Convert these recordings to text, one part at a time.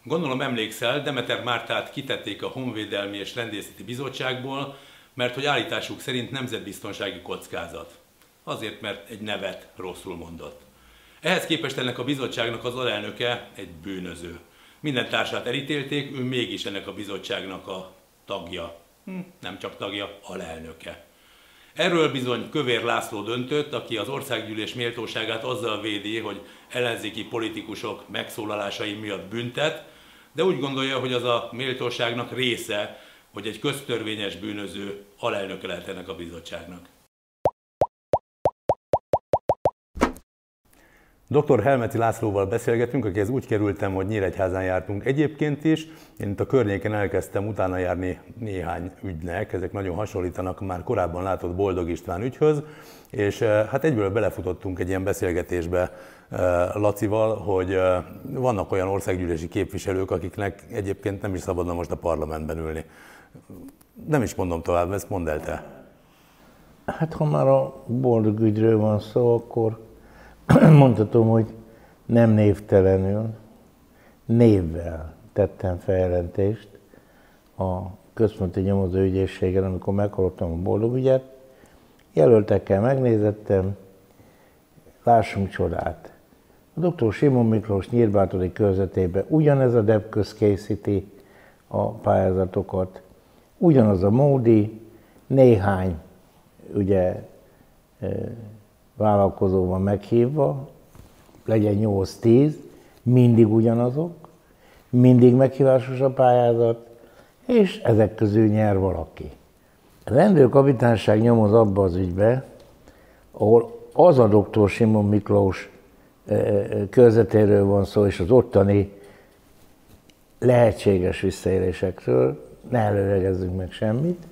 Gondolom emlékszel, Demeter Mártát kitették a Honvédelmi és Rendészeti Bizottságból, mert hogy állításuk szerint nemzetbiztonsági kockázat. Azért, mert egy nevet rosszul mondott. Ehhez képest ennek a bizottságnak az alelnöke egy bűnöző. Minden társát elítélték, ő mégis ennek a bizottságnak a tagja. Nem csak tagja, alelnöke. Erről bizony Kövér László döntött, aki az országgyűlés méltóságát azzal védi, hogy ellenzéki politikusok megszólalásai miatt büntet, de úgy gondolja, hogy az a méltóságnak része, hogy egy köztörvényes bűnöző alelnöke lehet ennek a bizottságnak. Dr. Helmeti Lászlóval beszélgetünk, akihez úgy kerültem, hogy Nyíregyházán jártunk egyébként is. Én itt a környéken elkezdtem utána járni néhány ügynek, ezek nagyon hasonlítanak már korábban látott Boldog István ügyhöz, és hát egyből belefutottunk egy ilyen beszélgetésbe Lacival, hogy vannak olyan országgyűlési képviselők, akiknek egyébként nem is szabadna most a parlamentben ülni. Nem is mondom tovább, ezt mondd el te. Hát ha már a Boldog ügyről van szó, akkor mondhatom, hogy nem névtelenül, névvel tettem feljelentést a Központi Nyomozóügyészségen, amikor meghallottam a Boldog ügyet. Jelöltekkel megnézettem, lássunk csodát. A dr. Simon Miklós Nyírbátori körzetében ugyanez a DEPKÖZ készíti a pályázatokat, ugyanaz a módi, néhány ugye vállalkozó van meghívva, legyen 8-10, mindig ugyanazok, mindig meghívásos a pályázat, és ezek közül nyer valaki. A rendőrkapitányság nyomoz abba az ügybe, ahol az a dr. Simon Miklós körzetéről van szó, és az ottani lehetséges visszaélésekről, ne előlegezzünk meg semmit.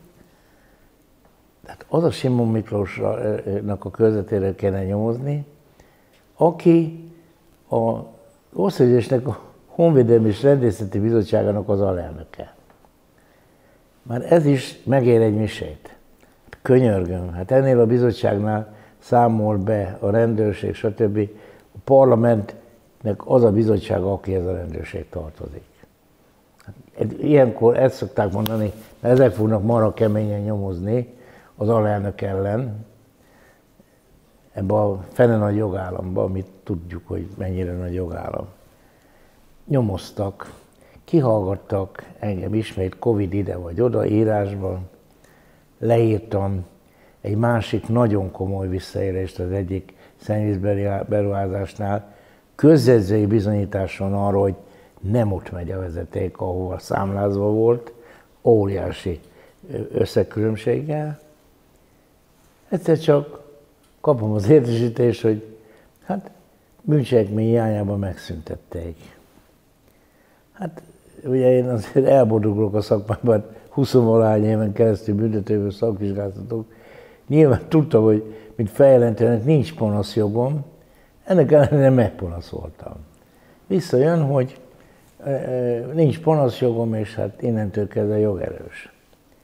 Tehát az a Simon Miklósnak a körzetéről kellene nyomozni, aki az Országgyűlésnek a Honvédelmi és Rendészeti Bizottságának az alelnöke. Már ez is megér egy misét. Könyörgöm, hát ennél a bizottságnál számol be a rendőrség, stb. A parlamentnek az a bizottság, akihez a rendőrség tartozik. Hát ilyenkor ezt szokták mondani, mert ezek fognak marha keményen nyomozni az alelnök ellen, ebbe a fene nagy jogállamba, amit tudjuk, hogy mennyire nagy jogállam. Nyomoztak, kihallgattak engem ismét Covid ide vagy oda írásban, leírtam egy másik nagyon komoly visszaélést az egyik szennyvízberuházásnál, közjegyzői bizonyításon arról, hogy nem ott megy a vezeték, ahova számlázva volt, óriási összegkülönbséggel. Egyszer csak kapom az értesítést, hogy hát bűncselekmény hiányában megszüntették. Hát ugye én azért elboldogulok a szakmában, 20-valahány éven keresztül büntetőből szakvizsgáztatok. Nyilván tudtam, hogy mint feljelentőnek nincs panaszjogom, ennek ellenére megpanaszoltam. Visszajön, hogy nincs panaszjogom, és hát innentől kezdve jogerős.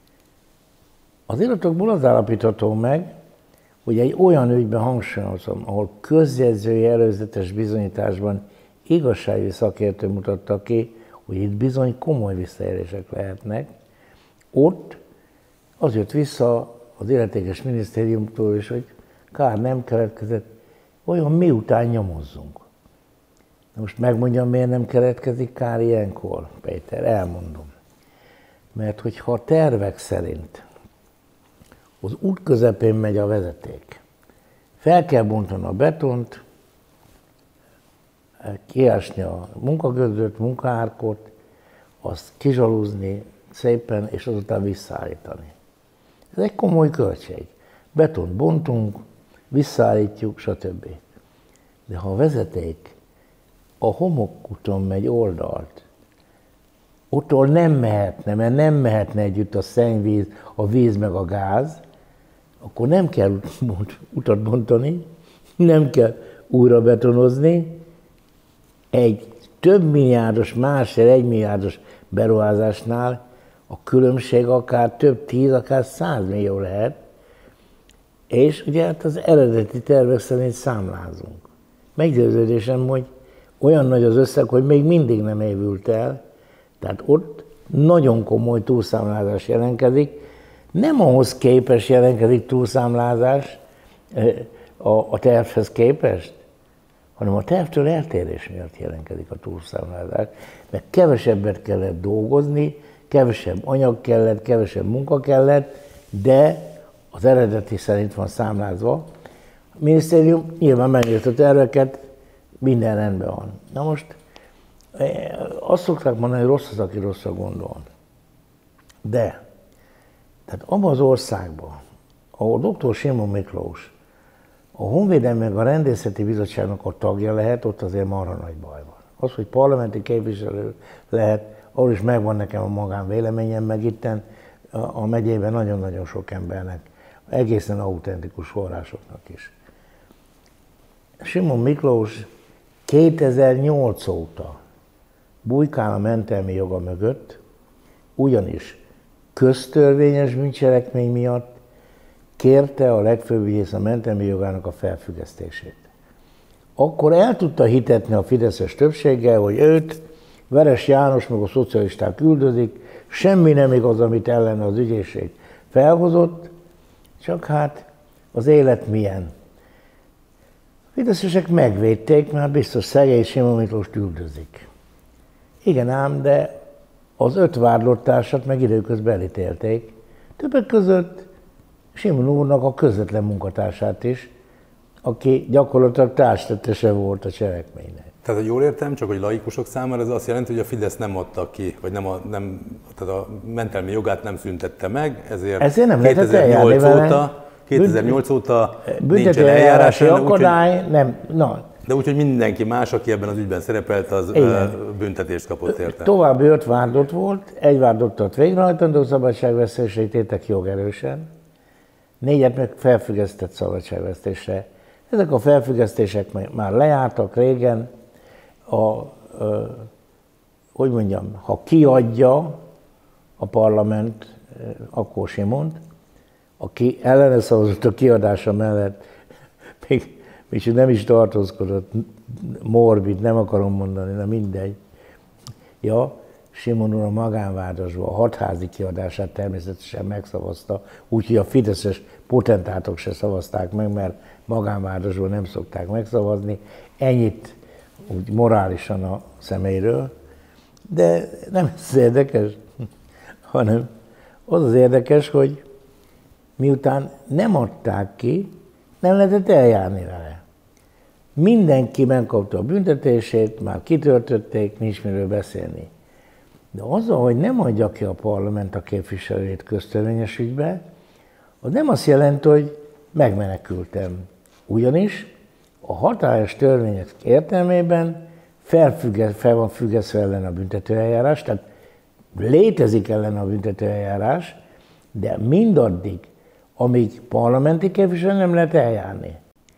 Az iratokból az állapítható meg, hogy egy olyan ügyben hangsúlyozom, ahol közjegyzői előzetes bizonyításban igazságügyi szakértő mutatta ki, hogy itt bizony komoly visszaélések lehetnek, ott az jött vissza az illetékes minisztériumtól is, hogy kár nem keletkezett, olyan miután nyomozzunk. Most megmondjam, miért nem keletkezik kár ilyenkor, Péter, elmondom. Mert hogyha a tervek szerint az út közepén megy a vezeték, fel kell bontani a betont, kiásni a munkagödröt, munkahárkot, azt kizsalúzni szépen, és azután visszaállítani. Ez egy komoly költség. Betont bontunk, visszaállítjuk, stb. De ha a vezeték a homokúton megy oldalt, ottól nem mehetne, mert nem mehetne együtt a szennyvíz, a víz meg a gáz, akkor nem kell utat bontani, nem kell újra betonozni. Egy több milliárdos, másfél egy milliárdos beruházásnál a különbség akár több 10, akár 100 millió lehet, és ugye hát az eredeti tervek szerint számlázunk. Meggyőződésem, hogy olyan nagy az összeg, hogy még mindig nem évült el, tehát ott nagyon komoly túlszámlázás jelentkezik. Nem ahhoz képest jelentkezik túlszámlázás a tervhez képest, hanem a tervtől eltérés miatt jelentkezik a túlszámlázás, mert kevesebbet kellett dolgozni, kevesebb anyag kellett, kevesebb munka kellett, de az eredeti szerint van számlázva. A minisztérium nyilván megnézte a terveket, minden rendben van. Na most azt szokták mondani, hogy rossz az, aki rosszra gondol. De, tehát abban az országban, ahol dr. Simon Miklós a Honvédelmi meg a Rendészeti Bizottságnak a tagja lehet, ott azért marha nagy baj van. Az, hogy parlamenti képviselő lehet, arról is megvan nekem a magánvéleményem, meg itten a megyében nagyon-nagyon sok embernek, egészen autentikus forrásoknak is. Simon Miklós 2008 óta bujkál a mentelmi joga mögött, ugyanis köztörvényes bűncselekmény miatt kérte a legfőbb ügyész a mentelmi jogának a felfüggesztését. Akkor el tudta hitetni a fideszes többséggel, hogy őt Veres János meg a szocialisták üldözik, semmi nem igaz, amit ellene az ügyészség felhozott, csak hát az élet milyen. A fideszesek megvédték, mert biztos szegény Simon Miklóst üldözik. Igen ám, de az 5 vádlottársat meg időközben elítélték. Többek között Simon úrnak a közvetlen munkatársát is, aki gyakorlatilag társtettese volt a cselekménynek. Tehát, hogy jól értem, csak hogy laikusok számára ez azt jelenti, hogy a Fidesz nem adta ki, vagy tehát a mentelmi jogát nem szüntette meg, ezért nem 2008 óta nincsen eljárás. Akadály, nem, na. De úgyhogy mindenki más, aki ebben az ügyben szerepelt, az büntetést kapott érte. További 5 vádlott volt, 1 vádlottat végrehajtandó szabadságvesztésre ítéltek jogerősen, 4-et meg felfüggesztett szabadságvesztésre. Ezek a felfüggesztések már lejártak régen, hogy mondjam, ha kiadja a parlament akkor Simont, aki ellene szavazott a kiadása mellett, még nem is tartózkodott, morbid, nem akarom mondani, de mindegy. Ja, Simon úr a magánvádasban a hatházi kiadását természetesen megszavazta, úgyhogy a fideszes potentátok se szavazták meg, mert magánvádasban nem szokták megszavazni. Ennyit úgy morálisan a személyről, de nem ez érdekes, hanem az az érdekes, hogy miután nem adták ki, nem lehetett eljárni vele. Mindenki megkapta a büntetését, már kitöltötték, nincs miről beszélni. De azzal, hogy nem adja ki a parlament a képviselőjét köztörvényes ügybe, az nem azt jelenti, hogy megmenekültem. Ugyanis a hatályos törvények értelmében fel van függesztve ellen a büntetőeljárás, tehát létezik ellen a büntetőeljárás, de mindaddig, amíg parlamenti képviselő nem lehet eljárni.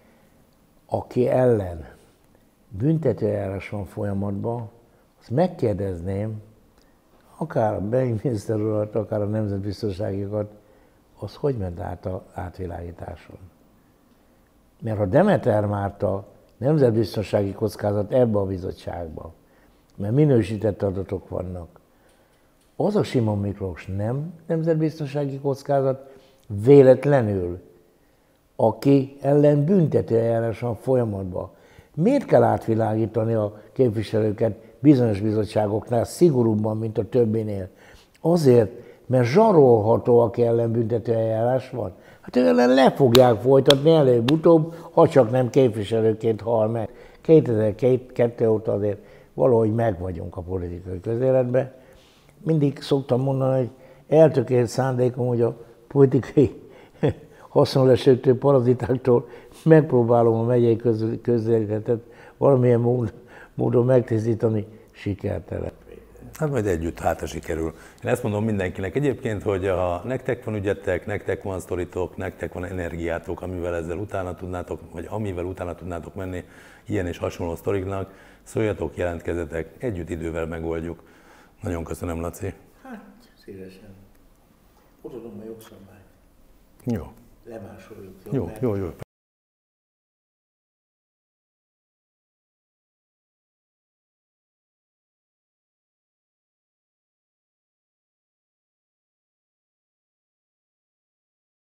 Aki ellen büntetőeljárás van folyamatban, azt megkérdezném, akár a belügyminiszter urat, akár a nemzetbiztonságiakat, az hogy ment át a átvilágításon. Mert ha Demeter Márta nemzetbiztonsági kockázat ebbe a bizottságba, mert minősített adatok vannak, az a Simon Miklós nem nemzetbiztonsági kockázat, véletlenül, aki ellen büntetőeljárás van folyamatban. Miért kell átvilágítani a képviselőket bizonyos bizottságoknál szigorúbban, mint a többinél? Azért, mert zsarolható, aki ellen büntetőeljárás van. Hát ő ellen le fogják folytatni előbb-utóbb, ha csak nem képviselőként hal meg. 2002 óta azért valahogy megvagyunk a politikai közéletben. Mindig szoktam mondani, hogy eltökélt szándékom, hogy a politikai haszonlesőktől, parazitáktól megpróbálom a megyei közéletet valamilyen módon megtisztítani, sikertelen. Hát majd együtt hátra sikerül. Én ezt mondom mindenkinek egyébként, hogy ha nektek van ügyetek, nektek van sztoritok, nektek van energiátok, amivel ezzel utána tudnátok, vagy amivel utána tudnátok menni ilyen és hasonló sztoriknak, szóljatok, jelentkezzetek, együtt idővel megoldjuk. Nagyon köszönöm, Laci. Hát, szívesen. Ott adom a jogszabályt. Jó. Lemásoljuk. Jó.